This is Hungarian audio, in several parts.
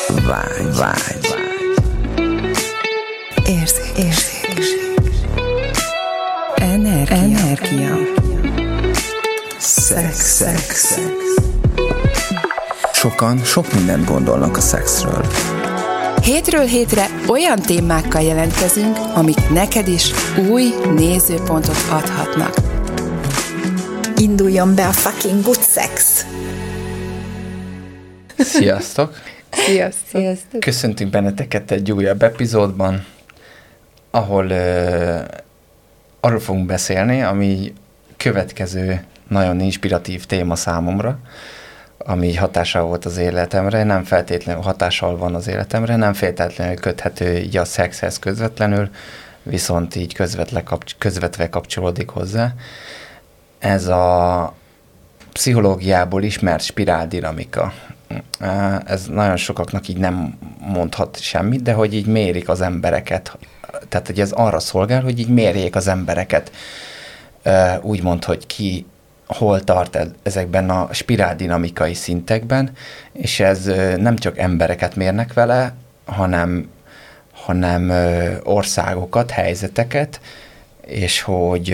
Vágy. Érzékenység. Energia. Szex. Sokan sok mindent gondolnak a szexről. Hétről hétre olyan témákkal jelentkezünk, amik neked is új nézőpontot adhatnak. Induljon be a fucking good sex! Sziasztok! Sziasztok! Köszöntünk benneteket egy újabb epizódban, ahol arról fogunk beszélni, ami következő nagyon inspiratív téma számomra, ami hatással volt az életemre, nem feltétlenül hatással van az életemre, nem feltétlenül köthető így a szexhez közvetlenül, viszont így közvetve kapcsolódik hozzá. Ez a pszichológiából ismert spiráldinamika. Ez nagyon sokaknak így nem mondhat semmit, de hogy így mérik az embereket. Tehát, hogy ez arra szolgál, hogy így mérjék az embereket. Úgymond, hogy ki hol tart ezekben a spiráldinamikai szintekben, és ez nem csak embereket mérnek vele, hanem országokat, helyzeteket, és hogy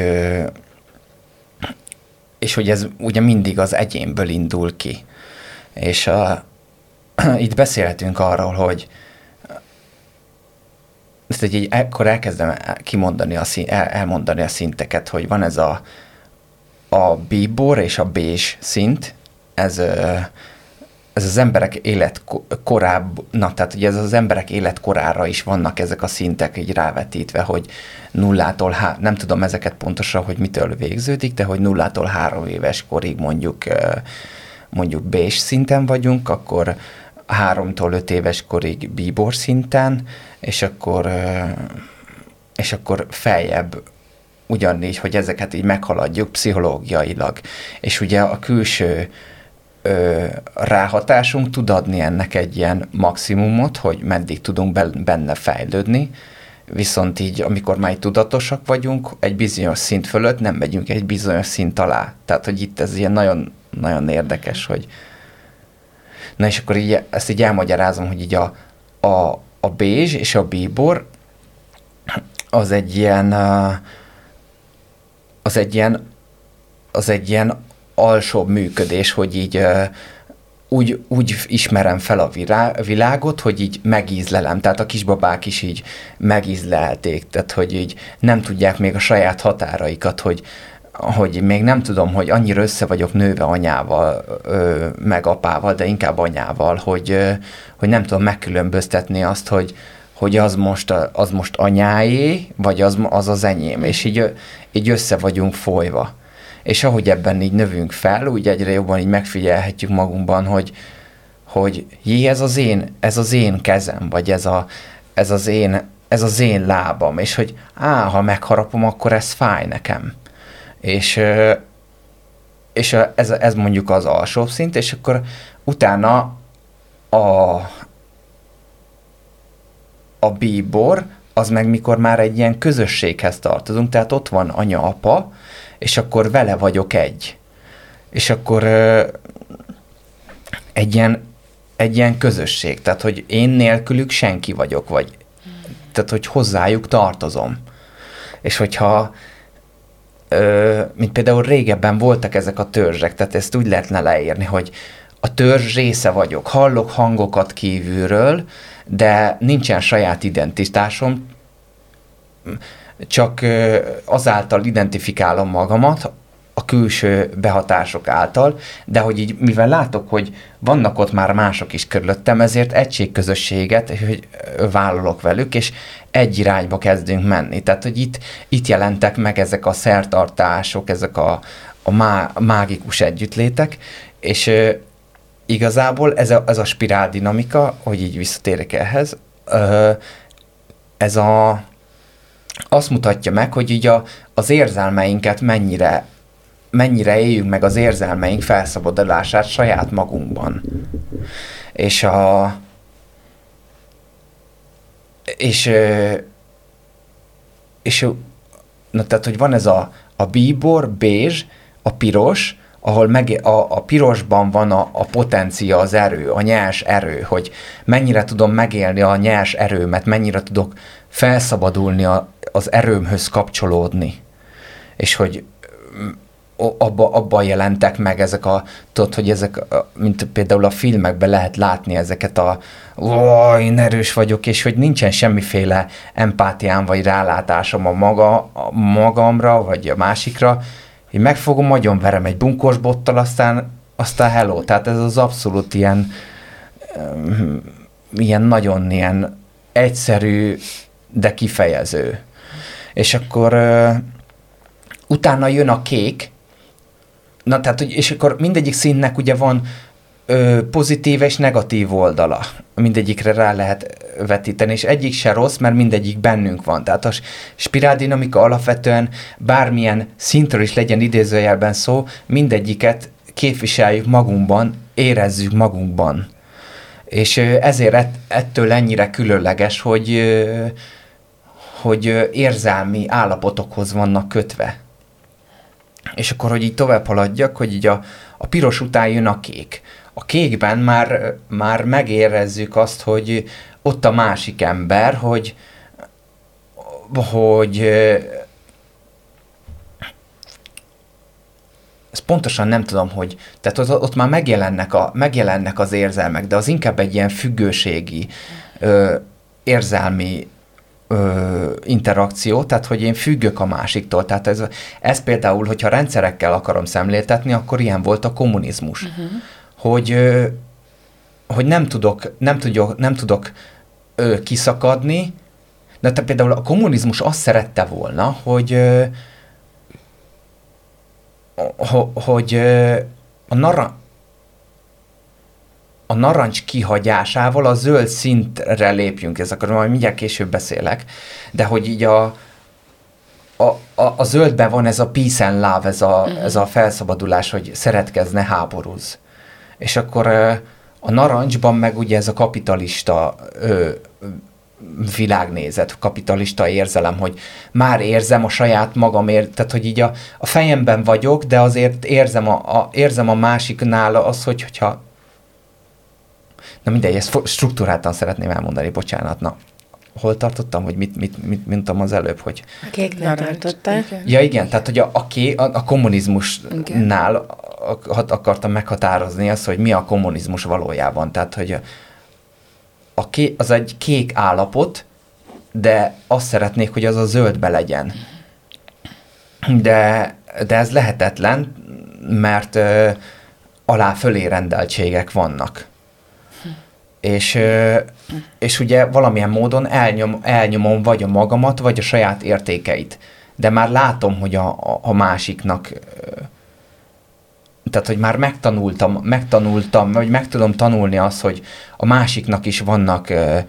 ez ugye mindig az egyénből indul ki. És itt beszélhetünk arról, hogy akkor elkezdem elmondani a szinteket, hogy van ez a bíbor és a bézs szint, ez az emberek tehát ugye ez az emberek életkorára is vannak ezek a szintek így rávetítve, hogy nullától, nem tudom ezeket pontosan, hogy mitől végződik, de hogy 0-tól 3 éves korig mondjuk bézs szinten vagyunk, akkor 3-tól 5 éves korig bíbor szinten, és akkor feljebb ugyanígy, hogy ezeket így meghaladjuk pszichológiailag. És ugye a külső ráhatásunk tud adni ennek egy ilyen maximumot, hogy meddig tudunk benne fejlődni, viszont így, amikor már tudatosak vagyunk, egy bizonyos szint fölött nem megyünk egy bizonyos szint alá. Tehát, hogy itt ez ilyen nagyon, nagyon érdekes, hogy... Na és akkor így, ezt így elmagyarázom, hogy így a bézs és a bíbor az egy ilyen alsóbb működés, hogy így úgy ismerem fel a világot, hogy így megízlelem. Tehát a kisbabák is így megízlelték, tehát hogy így nem tudják még a saját határaikat, hogy még nem tudom, hogy annyira össze vagyok nőve anyával, meg apával, de inkább anyával, hogy nem tudom megkülönböztetni azt, hogy az most anyáé, vagy az enyém, és így össze vagyunk folyva. És ahogy ebben így növünk fel, úgy egyre jobban így megfigyelhetjük magunkban, hogy jé, ez az én kezem, vagy ez az én lábam, és hogy ha megharapom, akkor ez fáj nekem. És ez mondjuk az alsóbb szint, és akkor utána a bíbor, az meg mikor már egy ilyen közösséghez tartozunk, tehát ott van anya-apa, és akkor vele vagyok egy. És akkor egy ilyen közösség, tehát hogy én nélkülük senki vagyok, tehát hogy hozzájuk tartozom. És hogyha mint például régebben voltak ezek a törzsek, tehát ezt úgy lehetne leírni, hogy a törzs része vagyok, hallok hangokat kívülről, de nincsen saját identitásom, csak azáltal identifikálom magamat, a külső behatások által, de hogy így, mivel látok, hogy vannak ott már mások is körülöttem, ezért egységközösséget hogy vállalok velük, és egy irányba kezdünk menni. Tehát, hogy itt jelentek meg ezek a szertartások, ezek a mágikus együttlétek, és igazából ez a spiráldinamika, hogy így visszatérek ehhez, ez azt mutatja meg, hogy így az érzelmeinket mennyire éljünk meg az érzelmeink felszabadulását saját magunkban. És tehát, hogy van ez a bíbor, bézs, a piros, ahol a pirosban van a potencia, az erő, a nyers erő, hogy mennyire tudom megélni a nyers erőmet, mennyire tudok felszabadulni az erőmhöz kapcsolódni. És hogy abban jelentek meg ezek tudod, hogy ezek, mint például a filmekben lehet látni ezeket én erős vagyok, és hogy nincsen semmiféle empátiám, vagy rálátásom a magamra, vagy a másikra, én megfogom, agyonverem egy bunkós bottal, aztán hello. Tehát ez az abszolút ilyen nagyon ilyen egyszerű, de kifejező. És akkor utána jön a kék, na tehát, és akkor mindegyik színnek ugye van pozitív és negatív oldala. Mindegyikre rá lehet vetíteni, és egyik se rossz, mert mindegyik bennünk van. Tehát a spiráldinamika alapvetően bármilyen szintről is legyen idézőjelben szó, mindegyiket képviseljük magunkban, érezzük magunkban. És ezért ettől ennyire különleges, hogy érzelmi állapotokhoz vannak kötve. És akkor, hogy így tovább haladjak, hogy így a piros után jön a kék. A kékben már megérezzük azt, hogy ott a másik ember, hogy ezt pontosan nem tudom, hogy tehát ott már megjelennek az érzelmek, de az inkább egy ilyen függőségi, érzelmi interakció, tehát hogy én függök a másiktól. Tehát ez például, hogyha rendszerekkel akarom szemléltetni, akkor ilyen volt a kommunizmus. Hogy nem tudok kiszakadni, de te például a kommunizmus azt szerette volna, hogy a narancs kihagyásával a zöld szintre lépjünk, ezekről majd mindjárt később beszélek, de hogy így a zöldben van ez a peace and love, ez a felszabadulás, hogy szeretkezne, háborúz. És akkor a narancsban meg ugye ez a kapitalista világnézet, kapitalista érzelem, hogy már érzem a saját magamért, tehát hogy így a fejemben vagyok, de azért érzem a másiknál az, hogyha na mindegy, ezt struktúráltan szeretném elmondani, bocsánat. Na, hol tartottam, hogy mit mondtam az előbb, hogy... A kéknél tartottál. Ja igen, tehát hogy a kommunizmusnál akartam meghatározni azt, hogy mi a kommunizmus valójában. Tehát, hogy az egy kék állapot, de azt szeretnék, hogy az a zöldbe legyen. De ez lehetetlen, mert alá-fölé rendeltségek vannak. És ugye valamilyen módon elnyomom vagy a magamat, vagy a saját értékeit. De már látom, hogy a másiknak, tehát, hogy már megtanultam, vagy meg tudom tanulni azt, hogy a másiknak is vannak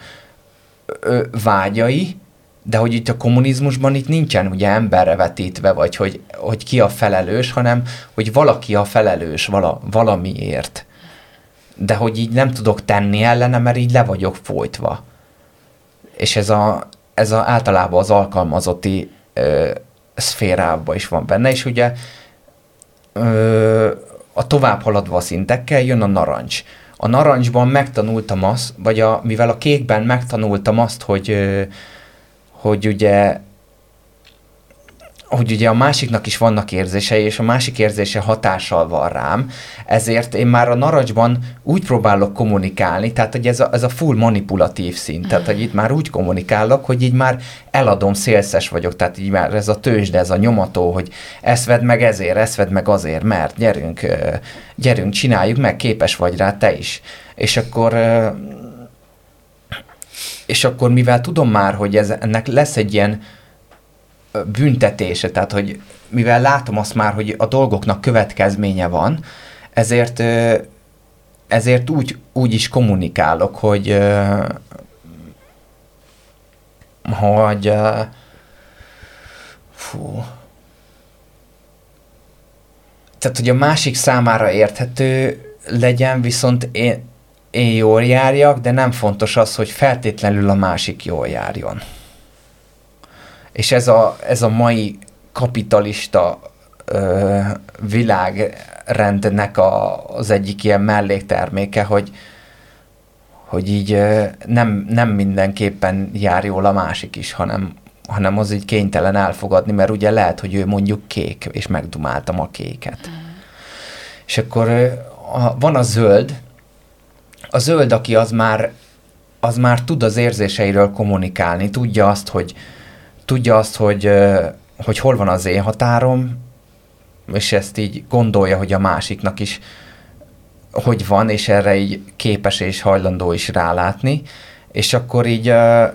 vágyai, de hogy itt a kommunizmusban itt nincsen ugye emberre vetítve, vagy hogy ki a felelős, hanem hogy valaki a felelős valamiért. De hogy így nem tudok tenni ellene, mert így le vagyok folytva. És ez általában az alkalmazotti szférában is van benne, és ugye a tovább haladva a szintekkel jön a narancs. A narancsban megtanultam azt, vagy mivel a kékben megtanultam azt, hogy ugye a másiknak is vannak érzései, és a másik érzése hatással van rám, ezért én már a narancsban úgy próbálok kommunikálni, tehát hogy ez a full manipulatív szint, tehát hogy itt már úgy kommunikálok, hogy így már eladom, szélszes vagyok, tehát így már ez a tőzsde, ez a nyomató, hogy ezt vedd meg ezért, ezt vedd meg azért, mert gyerünk, csináljuk meg, képes vagy rá te is. És akkor mivel tudom már, hogy ennek lesz egy ilyen büntetése, tehát hogy mivel látom azt már, hogy a dolgoknak következménye van, ezért úgy is kommunikálok, hogy tehát, hogy a másik számára érthető legyen, viszont én jól járjak, de nem fontos az, hogy feltétlenül a másik jól járjon. És ez a mai kapitalista világrendnek az egyik ilyen mellékterméke, hogy így nem mindenképpen jár jól a másik is, hanem az így kénytelen elfogadni, mert ugye lehet, hogy ő mondjuk kék, és megdumáltam a kéket. És akkor van a zöld, aki az már tud az érzéseiről kommunikálni, tudja azt, hogy hol van az én határom, és ezt így gondolja, hogy a másiknak is hogy van, és erre így képes és hajlandó is rálátni, és akkor így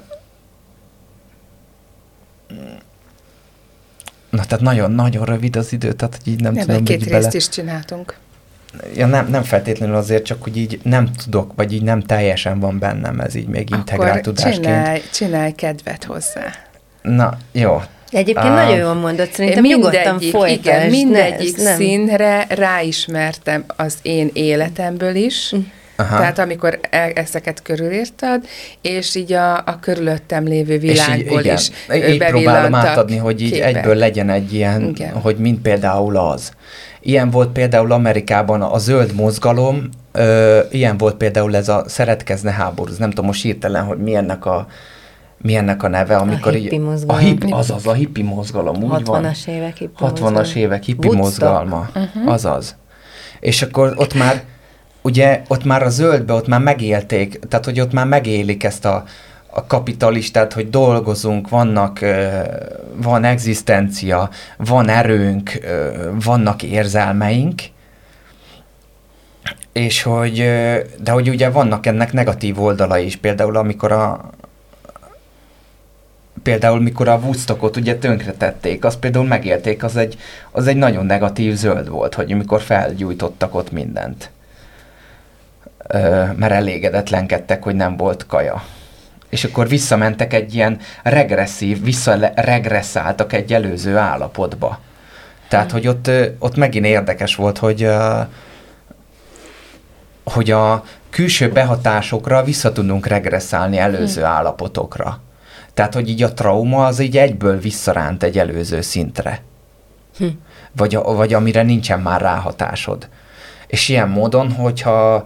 tehát nagyon-nagyon rövid az idő, tehát hogy így nem tudom, hogy két részt is csináltunk. Ja, nem feltétlenül azért, csak hogy így nem tudok, vagy így nem teljesen van bennem ez így még integrált tudásként. Akkor csinálj kedvet hozzá. Na, jó. Egyébként nagyon jól mondott, szerintem nyugodtan folytasd. Igen, mindegyik színre ráismertem az én életemből is, tehát amikor ezeket körülírtad, és így a körülöttem lévő világból is így próbálom átadni, hogy így képek. Egyből legyen egy ilyen, igen. Hogy mind például az. Ilyen volt például Amerikában a zöld mozgalom, ilyen volt például ez a szeretkezne háborúz. Nem tudom most hirtelen, hogy mi ennek a neve, amikor a hippi mozgalom. A hippi mozgalom, úgy 60-as évek hippi 60-as évek hippi mozgalma, azaz. És akkor ott már a zöldbe, ott már megélték, tehát hogy ott már megélik ezt a kapitalistát, hogy dolgozunk, van egzisztencia, van erőnk, vannak érzelmeink, és de hogy ugye vannak ennek negatív oldalai is, például mikor a Woodstockot ugye tönkretették, azt például megélték, az egy nagyon negatív zöld volt, hogy amikor felgyújtottak ott mindent. Mert elégedetlenkedtek, hogy nem volt kaja. És akkor visszamentek egy ilyen visszaregresszáltak egy előző állapotba. Tehát, hogy ott megint érdekes volt, hogy a külső behatásokra vissza tudunk regresszálni előző állapotokra. Tehát, hogy így a trauma az így egyből visszaránt egy előző szintre. Vagy amire nincsen már ráhatásod. És ilyen módon, hogyha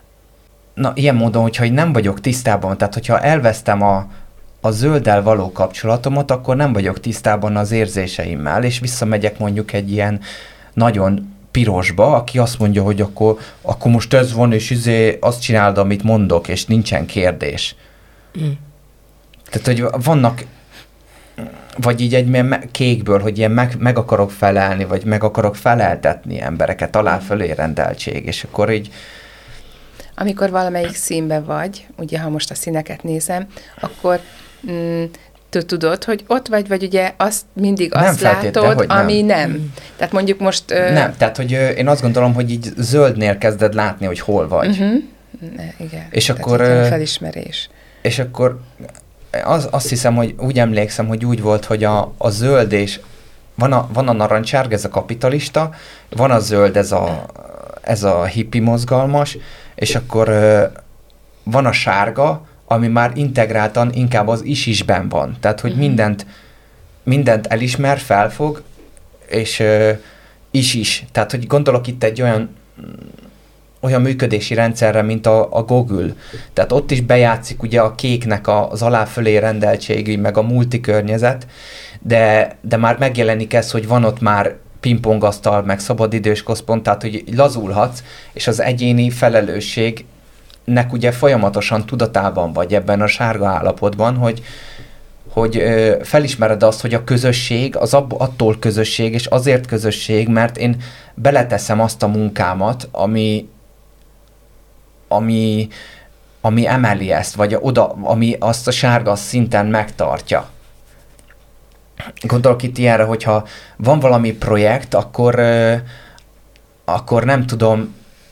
így nem vagyok tisztában, tehát hogyha elvesztem a zölddel való kapcsolatomat, akkor nem vagyok tisztában az érzéseimmel, és visszamegyek mondjuk egy ilyen nagyon pirosba, aki azt mondja, hogy akkor most ez van, és azt csinálod, amit mondok, és nincsen kérdés. Tehát, hogy vannak, vagy így egy kékből, hogy ilyen meg akarok felelni, vagy meg akarok feleltetni embereket, alá fölé rendeltség, és akkor így... Amikor valamelyik színben vagy, ugye, ha most a színeket nézem, akkor tudod, hogy ott vagy ugye mindig azt látod, ami nem. Tehát mondjuk most... Nem, tehát, hogy én azt gondolom, hogy így zöldnél kezded látni, hogy hol vagy. Igen. És akkor... felismerés. És akkor azt hiszem, hogy úgy emlékszem, hogy úgy volt, hogy a zöld és... Van a narancsárga, ez a kapitalista, van a zöld, ez a hippi mozgalmas, és akkor van a sárga, ami már integráltan inkább az is-isben van. Tehát, hogy mindent elismer, felfog, és is. Tehát, hogy gondolok itt egy olyan működési rendszerre, mint a Google. Tehát ott is bejátszik ugye a kéknek az aláfölé rendeltségi, meg a multikörnyezet, de már megjelenik ez, hogy van ott már pingpongasztal, meg szabadidős központ, tehát hogy lazulhatsz, és az egyéni felelősségnek ugye folyamatosan tudatában vagy ebben a sárga állapotban, hogy felismered azt, hogy a közösség, az attól közösség, és azért közösség, mert én beleteszem azt a munkámat, ami emeli ezt, vagy ami azt a sárga szinten megtartja. Gondolok itt ilyenre, hogyha van valami projekt, akkor nem tudom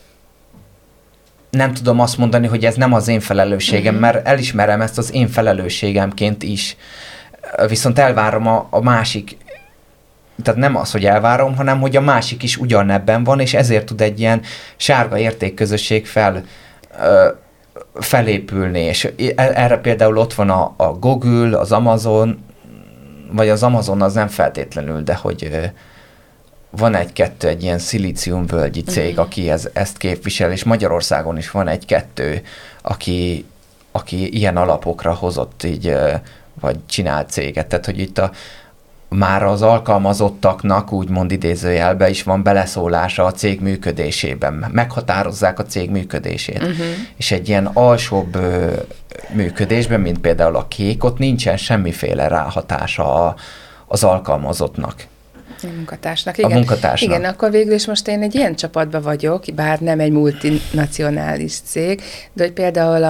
azt mondani, hogy ez nem az én felelősségem, mert elismerem ezt az én felelősségemként is. Viszont elvárom a másik, tehát nem az, hogy elvárom, hanem hogy a másik is ugyanebben van, és ezért tud egy ilyen sárga értékközösség felépülni. És erre például ott van a Google, az Amazon, vagy az Amazon az nem feltétlenül, de hogy van egy ilyen szilíciumvölgyi cég, aki ezt képvisel, és Magyarországon is van egy-kettő, aki ilyen alapokra hozott így, vagy csinált céget. Tehát, hogy itt már az alkalmazottaknak, úgymond idézőjelben is van beleszólása a cég működésében. Meghatározzák a cég működését. És egy ilyen alsóbb működésben, mint például a kék, ott nincsen semmiféle ráhatása az alkalmazottnak. A munkatársnak, igen. A munkatársnak. Igen, akkor végül is most én egy ilyen csapatban vagyok, bár nem egy multinacionális cég, de hogy például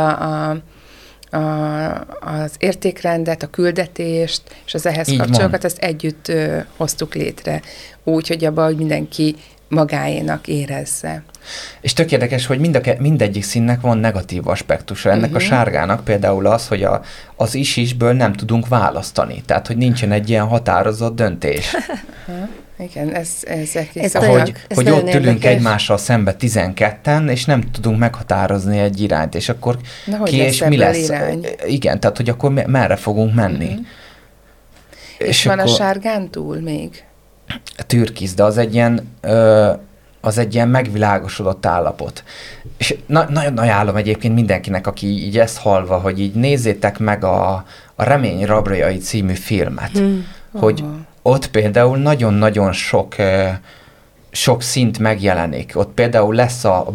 az értékrendet, a küldetést és az ehhez kapcsolókat, ezt együtt hoztuk létre, úgy, hogy abban, hogy mindenki magáénak érezze. És tök érdekes, hogy mindegyik színnek van negatív aspektusa. Ennek a sárgának például az, hogy az is-isből nem tudunk választani. Tehát, hogy nincsen egy ilyen határozott döntés. Igen, hogy ott ülünk egymással szembe 12-en, és nem tudunk meghatározni egy irányt, és akkor ki és mi lesz. Irány? Igen, tehát, hogy akkor merre fogunk menni. És van akkor a sárgán túl még? Türkisz, de az egy ilyen megvilágosodott állapot. És nagyon ajánlom egyébként mindenkinek, aki így ezt hallva, hogy így nézzétek meg a Remény Rabjai című filmet, hogy ott például nagyon-nagyon sok szint megjelenik. Ott például lesz a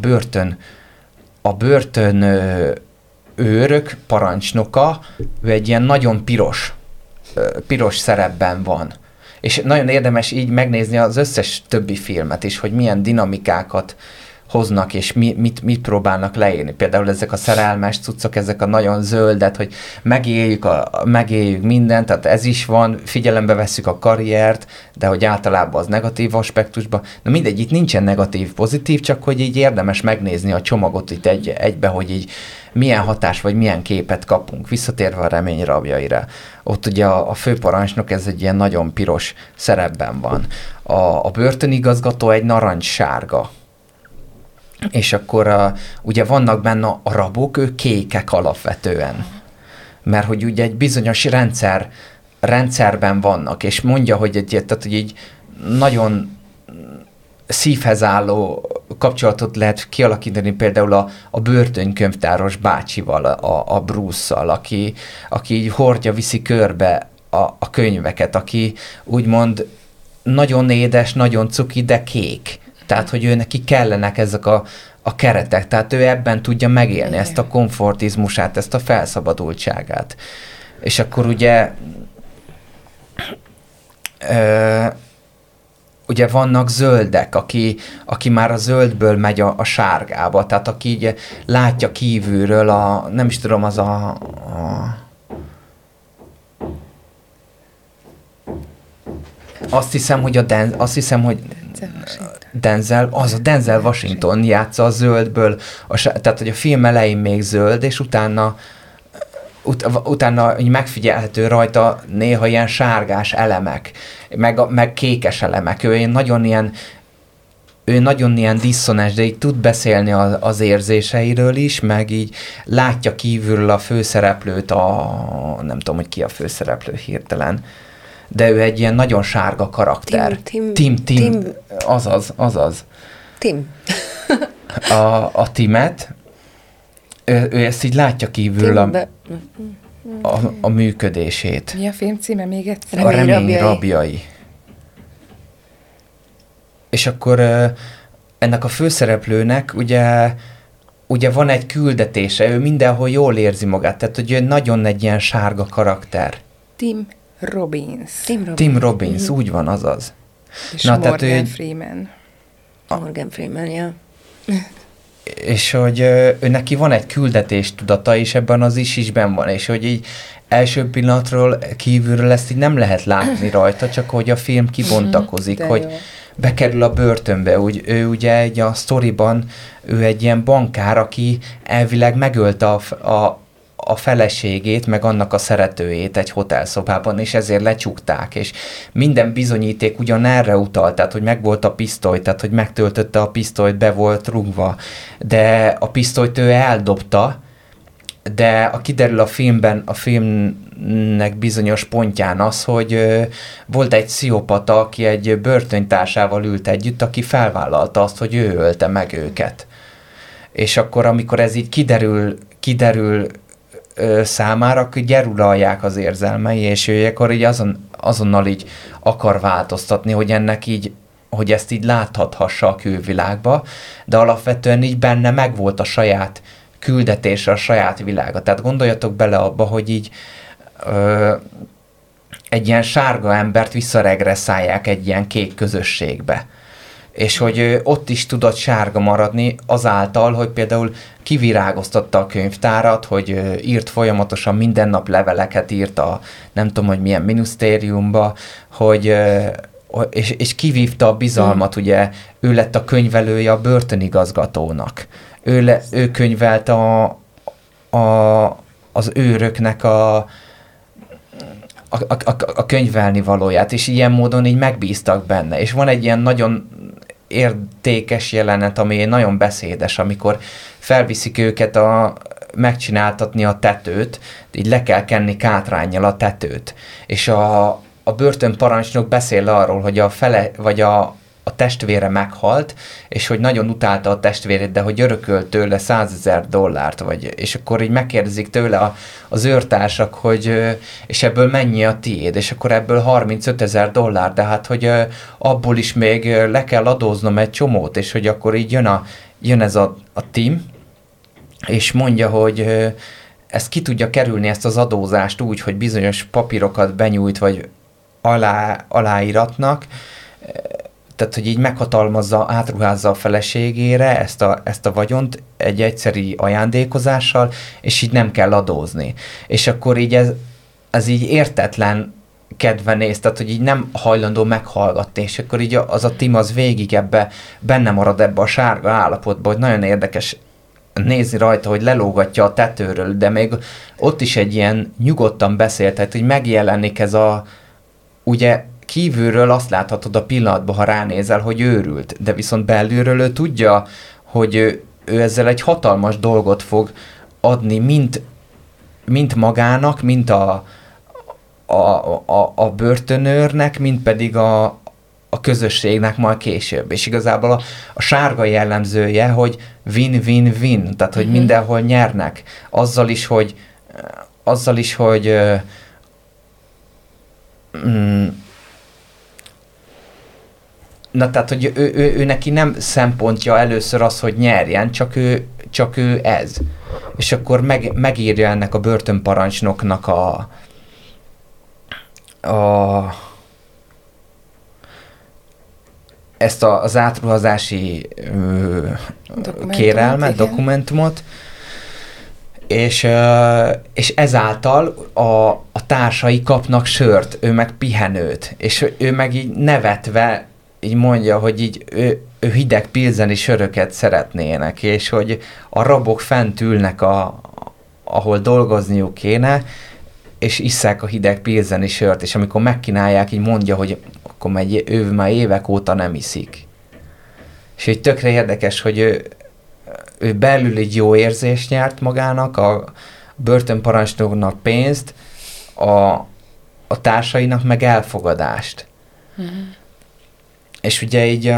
börtön őrök parancsnoka, ő egy ilyen nagyon piros szerepben van. És nagyon érdemes így megnézni az összes többi filmet is, hogy milyen dinamikákat hoznak, és mit próbálnak leírni. Például ezek a szerelmes cuccok, ezek a nagyon zöldet, hogy megéljük mindent, tehát ez is van, figyelembe vesszük a karriert, de hogy általában az negatív aspektusban. Na mindegy, itt nincsen negatív, pozitív, csak hogy így érdemes megnézni a csomagot itt egybe, hogy így milyen hatás, vagy milyen képet kapunk. Visszatérve a Remény Rabjaira. Ott ugye a főparancsnok, ez egy ilyen nagyon piros szerepben van. A börtönigazgató egy narancssárga. És akkor ugye vannak benne a rabok, ők kékek alapvetően. Mert hogy ugye egy bizonyos rendszerben vannak, és mondja, hogy tehát, hogy így nagyon szívhez álló kapcsolatot lehet kialakítani például a börtönkönyvtáros bácsival, a Bruce-szal, aki így hordja, viszi körbe a könyveket, aki úgymond nagyon édes, nagyon cuki, de kék. Tehát, hogy ő neki kellenek ezek a keretek, tehát ő ebben tudja megélni ezt a komfortizmusát, ezt a felszabadultságát. És akkor ugye vannak zöldek, aki már a zöldből megy a sárgába, tehát aki így látja kívülről nem is tudom, az azt hiszem, hogy Denzel Washington játsza a zöldből, tehát hogy a film elején még zöld, és utána így megfigyelhető rajta néha ilyen sárgás elemek, meg kékes elemek. Ő nagyon ilyen diszonás, de így tud beszélni az érzéseiről is, meg így látja kívülről a főszereplőt, nem tudom, hogy ki a főszereplő hirtelen, de ő egy ilyen nagyon sárga karakter. Tim. Azaz. Tim. A Timet, ő ezt így látja kívül a működését. Mi a film címe még egyszer? A Remény Rabjai. És akkor ennek a főszereplőnek ugye van egy küldetése, ő mindenhol jól érzi magát, tehát hogy ő nagyon egy ilyen sárga karakter. Tim Robbins, úgy van, azaz. És Morgan Freeman. Morgan Freeman, ja. És hogy ő neki van egy küldetés tudata, és ebben az is-isben van, és hogy így első pillanatról kívülről ezt így nem lehet látni rajta, csak hogy a film kibontakozik, hogy bekerül a börtönbe. Ő ugye a sztoriban, ő egy ilyen bankár, aki elvileg megölte a feleségét, meg annak a szeretőjét egy hotelszobában, és ezért lecsukták, és minden bizonyíték ugyan erre utalt, tehát, hogy megvolt a pisztoly, tehát, hogy megtöltötte a pisztolyt, be volt rúgva, de a pisztolyt ő eldobta, de kiderül a filmnek bizonyos pontján az, hogy volt egy pszichopata, aki egy börtöntársával ült együtt, aki felvállalta azt, hogy ő ölte meg őket. És akkor, amikor ez így kiderül számára, akkor gyeruralják az érzelmei, és ő akkor így azonnal így akar változtatni, hogy ennek így, hogy ezt így láthathassa a külvilágba, de alapvetően így benne megvolt a saját küldetése, a saját világa. Tehát gondoljatok bele abba, hogy így egy ilyen sárga embert visszaregresszálják egy ilyen kék közösségbe. És hogy ott is tudott sárga maradni azáltal, hogy például kivirágoztatta a könyvtárat, hogy írt folyamatosan, minden nap leveleket írt a nem tudom, hogy milyen minisztériumba, és kivívta a bizalmat, ugye ő lett a könyvelője a börtönigazgatónak. Ő könyvelt az őröknek a könyvelni valóját, és ilyen módon így megbíztak benne. És van egy ilyen nagyon értékes jelenet, ami nagyon beszédes, amikor felviszik őket megcsináltatni a tetőt, így le kell kenni kátránnyal a tetőt. És a börtönparancsnok beszél arról, hogy a testvére meghalt, és hogy nagyon utálta a testvérét, de hogy örökölt tőle $100,000, és akkor így megkérdezik tőle az őrtársak, hogy és ebből mennyi a tiéd, és akkor ebből $35,000, de hát, hogy abból is még le kell adóznom egy csomót, és hogy akkor így jön ez a Tim, és mondja, hogy ezt ki tudja kerülni, ezt az adózást úgy, hogy bizonyos papírokat benyújt, vagy aláíratnak, tehát, hogy így meghatalmazza, átruházza a feleségére ezt a vagyont egy egyszeri ajándékozással, és így nem kell adózni. És akkor így ez így értetlen kedve néz, tehát, hogy így nem hajlandó meghallgatni, és akkor így az a Tim az végig benne marad ebbe a sárga állapotba, hogy nagyon érdekes nézni rajta, hogy lelógatja a tetőről, de még ott is egy ilyen nyugodtan beszélt, tehát, hogy megjelenik ez ugye kívülről azt láthatod a pillanatban, ha ránézel, hogy őrült, de viszont belülről ő tudja, hogy ő ezzel egy hatalmas dolgot fog adni, mint magának, mint a börtönőrnek, mint pedig a közösségnek majd később. És igazából a sárga jellemzője, hogy win-win-win, tehát hogy mindenhol nyernek. Azzal is, hogy na, tehát, hogy ő neki nem szempontja először az, hogy nyerjen, csak ő ez. És akkor megírja ennek a börtönparancsnoknak ezt az átruházási kérelmet, dokumentumot, és ezáltal a társai kapnak sört, ő meg pihenőt, és ő meg így nevetve így mondja, hogy így ő hideg pilzeni söröket szeretnének, és hogy a rabok fent ülnek, ahol dolgozniuk kéne, és isszák a hideg pilzeni sört, és amikor megkínálják, így mondja, hogy akkor ő már évek óta nem iszik. És így tökre érdekes, hogy ő belül egy jó érzést nyert magának, a börtönparancsnoknak pénzt, a társainak meg elfogadást. És ugye így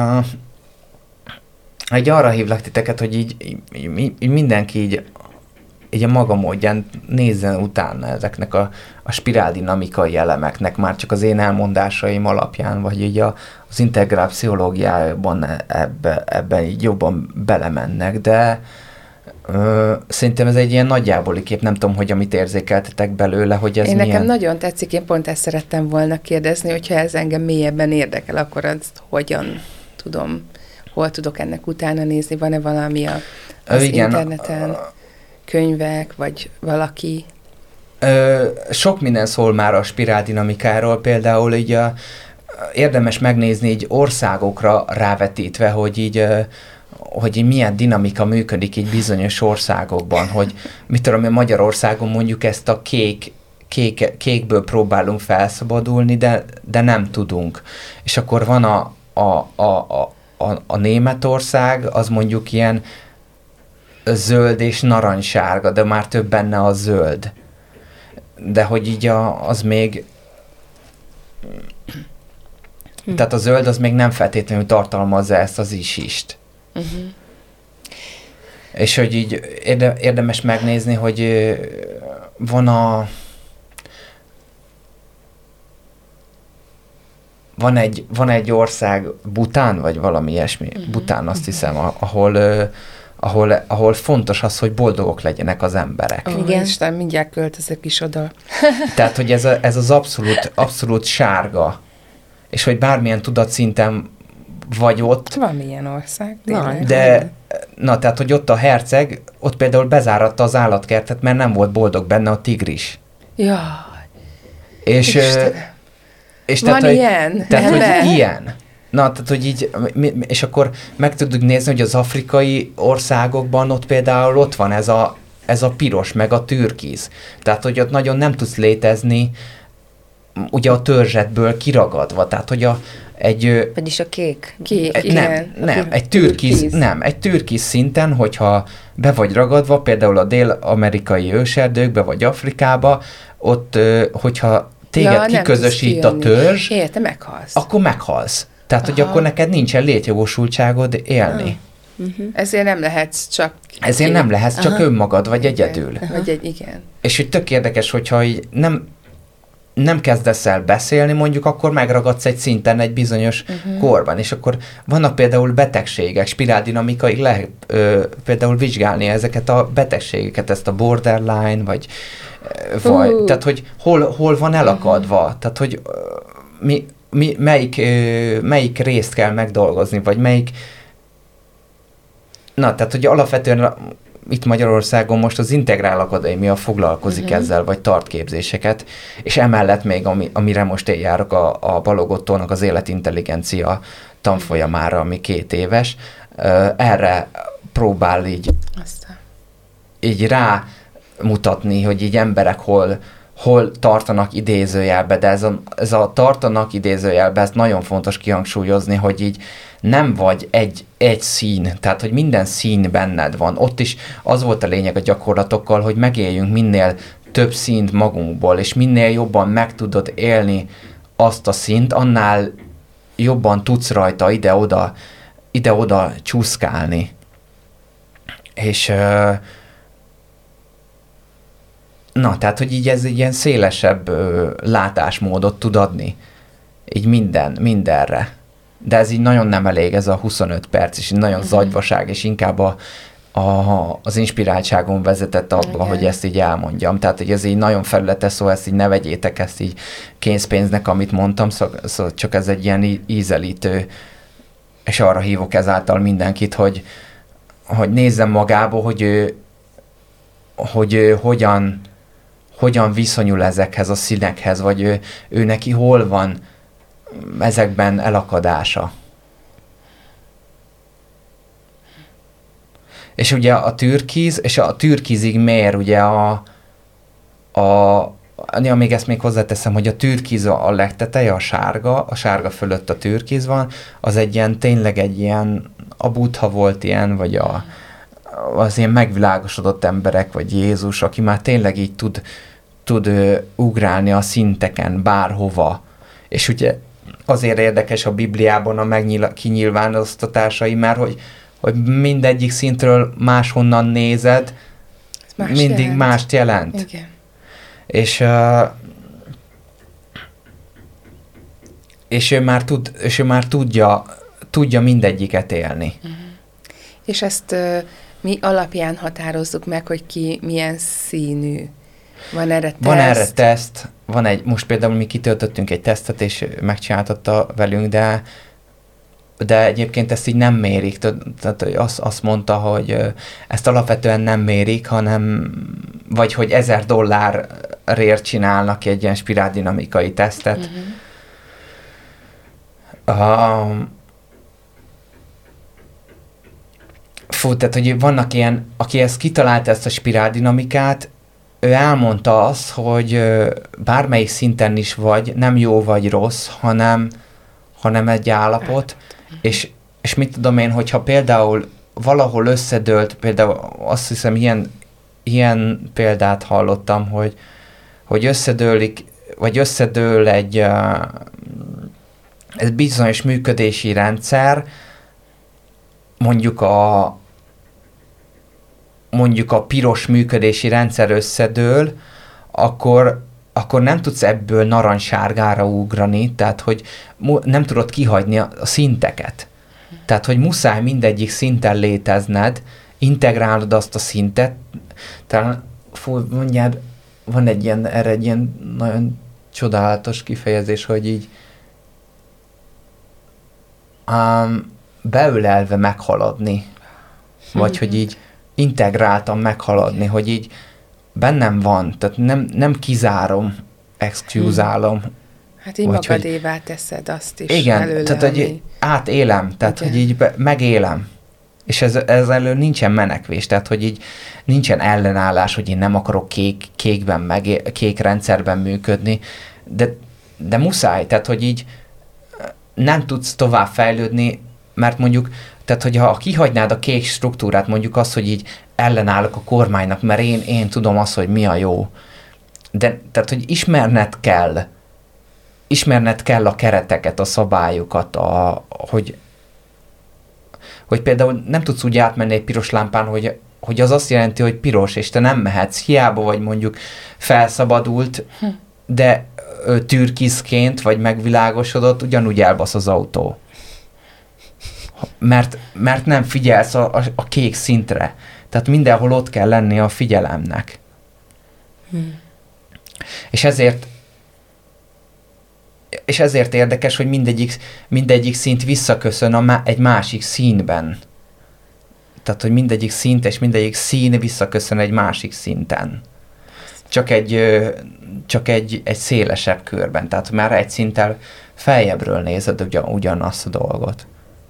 arra hívlak titeket, hogy így mindenki így a maga módján nézzen utána ezeknek a spiráldinamikai elemeknek, már csak az én elmondásaim alapján, vagy így az integrál pszichológiában ebben így jobban belemennek, de szerintem ez egy ilyen nagyjáboli kép, nem tudom, hogy amit érzékeltetek belőle, hogy ez milyen... Nekem nagyon tetszik, én pont ezt szerettem volna kérdezni, hogyha ez engem mélyebben érdekel, akkor azt hogyan tudom, hol tudok ennek utána nézni, van-e valami az interneten, könyvek, vagy valaki? Sok minden szól már a spiráldinamikáról, például így érdemes megnézni így országokra rávetítve, hogy így milyen dinamika működik így bizonyos országokban, hogy mit tudom, Magyarországon mondjuk ezt a kékből próbálunk felszabadulni, de nem tudunk. És akkor van a Németország, az mondjuk ilyen zöld és narancssárga, de már több benne a zöld. De hogy így az még... Tehát a zöld az még nem feltétlenül tartalmazza ezt az isist. És hogy így érdemes megnézni, hogy van egy ország, Bután, vagy valami ilyesmi, Bután azt hiszem, ahol fontos az, hogy boldogok legyenek az emberek. Igen. Isten, mindjárt költözök is oda. Tehát, hogy ez az abszolút sárga, és hogy bármilyen tudatszinten vagy ott. Van milyen ország. De, tehát, hogy ott a herceg, ott például bezáratta az állatkertet, mert nem volt boldog benne a tigris. Jaj. És van tehát, ilyen? Tehát, hogy ilyen. Na, tehát, hogy így, és akkor meg tudjuk nézni, hogy az afrikai országokban ott például ott van ez a piros, meg a türkiz. Tehát, hogy ott nagyon nem tudsz létezni ugye a törzsetből kiragadva. Tehát, hogy vagyis a kék. Egy türkiz szinten, hogyha be vagy ragadva, például a dél-amerikai őserdőkbe, vagy Afrikába, ott, hogyha téged kiközösít a törzs, meghalsz. Akkor meghalsz. Tehát, hogy akkor neked nincsen létjogosultságod élni. Ezért nem lehetsz csak... Ezért nem lehetsz csak önmagad, vagy egyedül. Igen. És hogy tök érdekes, hogyha így nem kezdesz el beszélni, mondjuk, akkor megragadsz egy szinten egy bizonyos korban, és akkor vannak például betegségek, spiráldinamikai, lehet például vizsgálni ezeket a betegségeket, ezt a borderline, vagy tehát, hogy hol van elakadva, tehát, hogy melyik részt kell megdolgozni, vagy tehát, hogy alapvetően itt Magyarországon most az Integrál Akadémia foglalkozik ezzel, vagy tart képzéseket, és emellett még, amire most én járok, a Balogh Ottónak az életintelligencia tanfolyamára, ami 2 éves, erre próbál így rámutatni, hogy így emberek hol tartanak idézőjelbe, de ez a tartanak idézőjelbe, ezt nagyon fontos kihangsúlyozni, hogy így nem vagy egy szín, tehát, hogy minden szín benned van. Ott is az volt a lényeg a gyakorlatokkal, hogy megéljünk minél több színt magunkból, és minél jobban meg tudod élni azt a színt, annál jobban tudsz rajta ide-oda csúszkálni. És tehát, hogy így ez egy ilyen szélesebb látásmódot tud adni. Így mindenre. De ez így nagyon nem elég, ez a 25 perc, és nagyon zagyvaság, és inkább az inspiráltságon vezetett abba, hogy ezt így elmondjam. Tehát, hogy ez így nagyon felületes, szóval ezt így ne vegyétek ezt így kénzpénznek, amit mondtam, szóval csak ez egy ilyen ízelítő, és arra hívok ezáltal mindenkit, hogy nézzem magába, hogy ő hogyan viszonyul ezekhez a színekhez, vagy ő neki hol van ezekben elakadása. És ugye a türkiz, és a türkizig mér ugye még ezt még hozzáteszem, hogy a türkiz a legteteje, a sárga fölött a türkiz van, az tényleg egy ilyen, a Buddha volt ilyen, vagy az ilyen megvilágosodott emberek, vagy Jézus, aki már tényleg így tud ugrálni a szinteken bárhova. És ugye azért érdekes a Bibliában a kinyilvánoztatásai, mert hogy mindegyik szintről máshonnan nézed, mindig jelent. Mást jelent. Igen. És ő már tudja mindegyiket élni. És ezt mi alapján határozzuk meg, hogy ki milyen színű? Van erre teszt? Most például mi kitöltöttünk egy tesztet, és megcsináltatta velünk, de egyébként ezt így nem mérik. Tehát azt mondta, hogy ezt alapvetően nem mérik, hanem vagy hogy $1000 csinálnak egy ilyen spiráldinamikai tesztet. Tehát, hogy vannak ilyen, aki ezt kitalálta, ezt a spiráldinamikát, ő elmondta azt, hogy bármelyik szinten is vagy, nem jó vagy rossz, hanem egy állapot, és mit tudom én, hogyha például valahol összedőlt, például azt hiszem ilyen példát hallottam, hogy összedől egy bizonyos működési rendszer, mondjuk a piros működési rendszer összedől, akkor nem tudsz ebből narancssárgára ugrani, tehát hogy nem tudod kihagyni a szinteket. Tehát, hogy muszáj mindegyik szinten létezned, integrálod azt a szintet. Talán mondjad, van erre egy ilyen nagyon csodálatos kifejezés, hogy így beölelve meghaladni, vagy hogy így integráltan meghaladni, hogy így bennem van, tehát nem kizárom, excuse-álom. Hát így magadévá teszed azt is. Igen, tehát hogy átélem, tehát hogy így megélem. És ez elől nincsen menekvés, tehát hogy így nincsen ellenállás, hogy én nem akarok kék rendszerben működni, de muszáj, tehát hogy így nem tudsz tovább fejlődni, mert mondjuk, tehát hogyha kihagynád a kék struktúrát, mondjuk azt, hogy így ellenállok a kormánynak, mert én tudom azt, hogy mi a jó. De tehát, hogy ismerned kell a kereteket, a szabályokat, hogy például nem tudsz úgy átmenni egy piros lámpán, hogy az azt jelenti, hogy piros, és te nem mehetsz, hiába vagy mondjuk felszabadult, de türkiszként, vagy megvilágosodott, ugyanúgy elbasz az autó. Mert nem figyelsz a kék szintre. Tehát mindenhol ott kell lenni a figyelemnek. És ezért érdekes, hogy mindegyik szint visszaköszön egy másik színben. Tehát, hogy mindegyik szint és mindegyik szín visszaköszön egy másik szinten. Csak egy szélesebb körben. Tehát már egy szinttel feljebbről nézed ugyanazt a dolgot.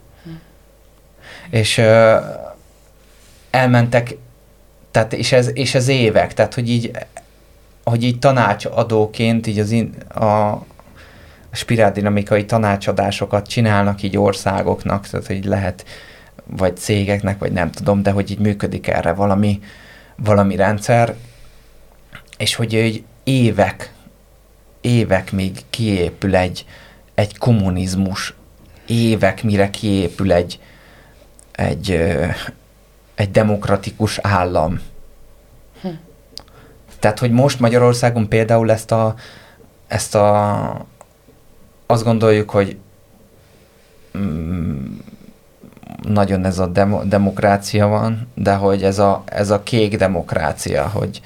És elmentek, tehát és ez évek, tehát hogy így tanácsadóként így a spiráldinamikai tanácsadásokat csinálnak így országoknak, tehát hogy lehet vagy cégeknek, vagy nem tudom, de hogy így működik erre valami rendszer, és hogy így évek még kiépül egy kommunizmus, évek mire kiépül egy demokratikus állam. Tehát, hogy most Magyarországon például ezt azt gondoljuk, hogy nagyon ez a demokrácia van, de hogy ez a kék demokrácia, hogy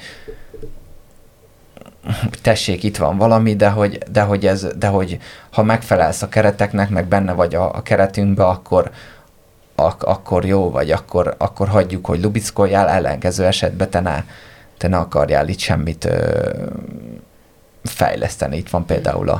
tessék, itt van valami, de hogy ha megfelelsz a kereteknek, meg benne vagy a keretünkbe, akkor jó, vagy akkor hagyjuk, hogy lubickoljál, ellenkező esetben te ne akarjál itt semmit fejleszteni. Itt van például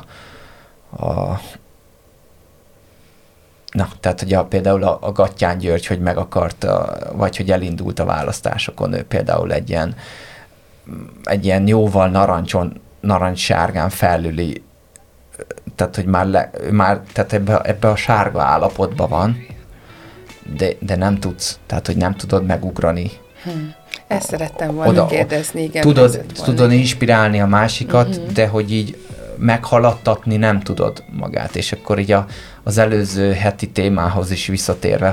tehát hogy például a Gattyán György, hogy meg akart, vagy hogy elindult a választásokon, ő például egy ilyen jóval narancssárgán felüli, tehát hogy már tehát ebbe a sárga állapotban van, de nem tudsz, tehát hogy nem tudod megugrani. Ezt szerettem volna kérdezni, igen. Tudod inspirálni a másikat, de hogy így meghaladtatni nem tudod magát. És akkor így az előző heti témához is visszatérve,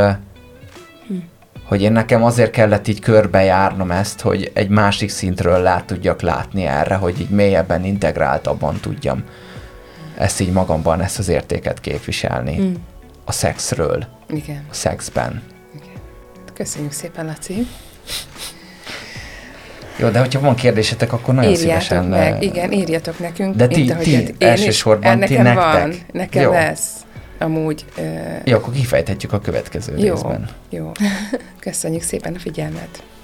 hogy én nekem azért kellett így körbejárnom ezt, hogy egy másik szintről tudjak látni erre, hogy így mélyebben integráltabban tudjam ezt így magamban, ezt az értéket képviselni. A szexről. Igen. A szexben. Igen. Köszönjük szépen, Laci. Jó, de hogyha van kérdésetek, akkor nagyon szívesen... meg, igen, írjatok nekünk. De ti elsősorban nekem nektek. Van, nekem jó. Lesz. Amúgy... Jó, akkor kifejthetjük a következő részben. Jó. Köszönjük szépen a figyelmet.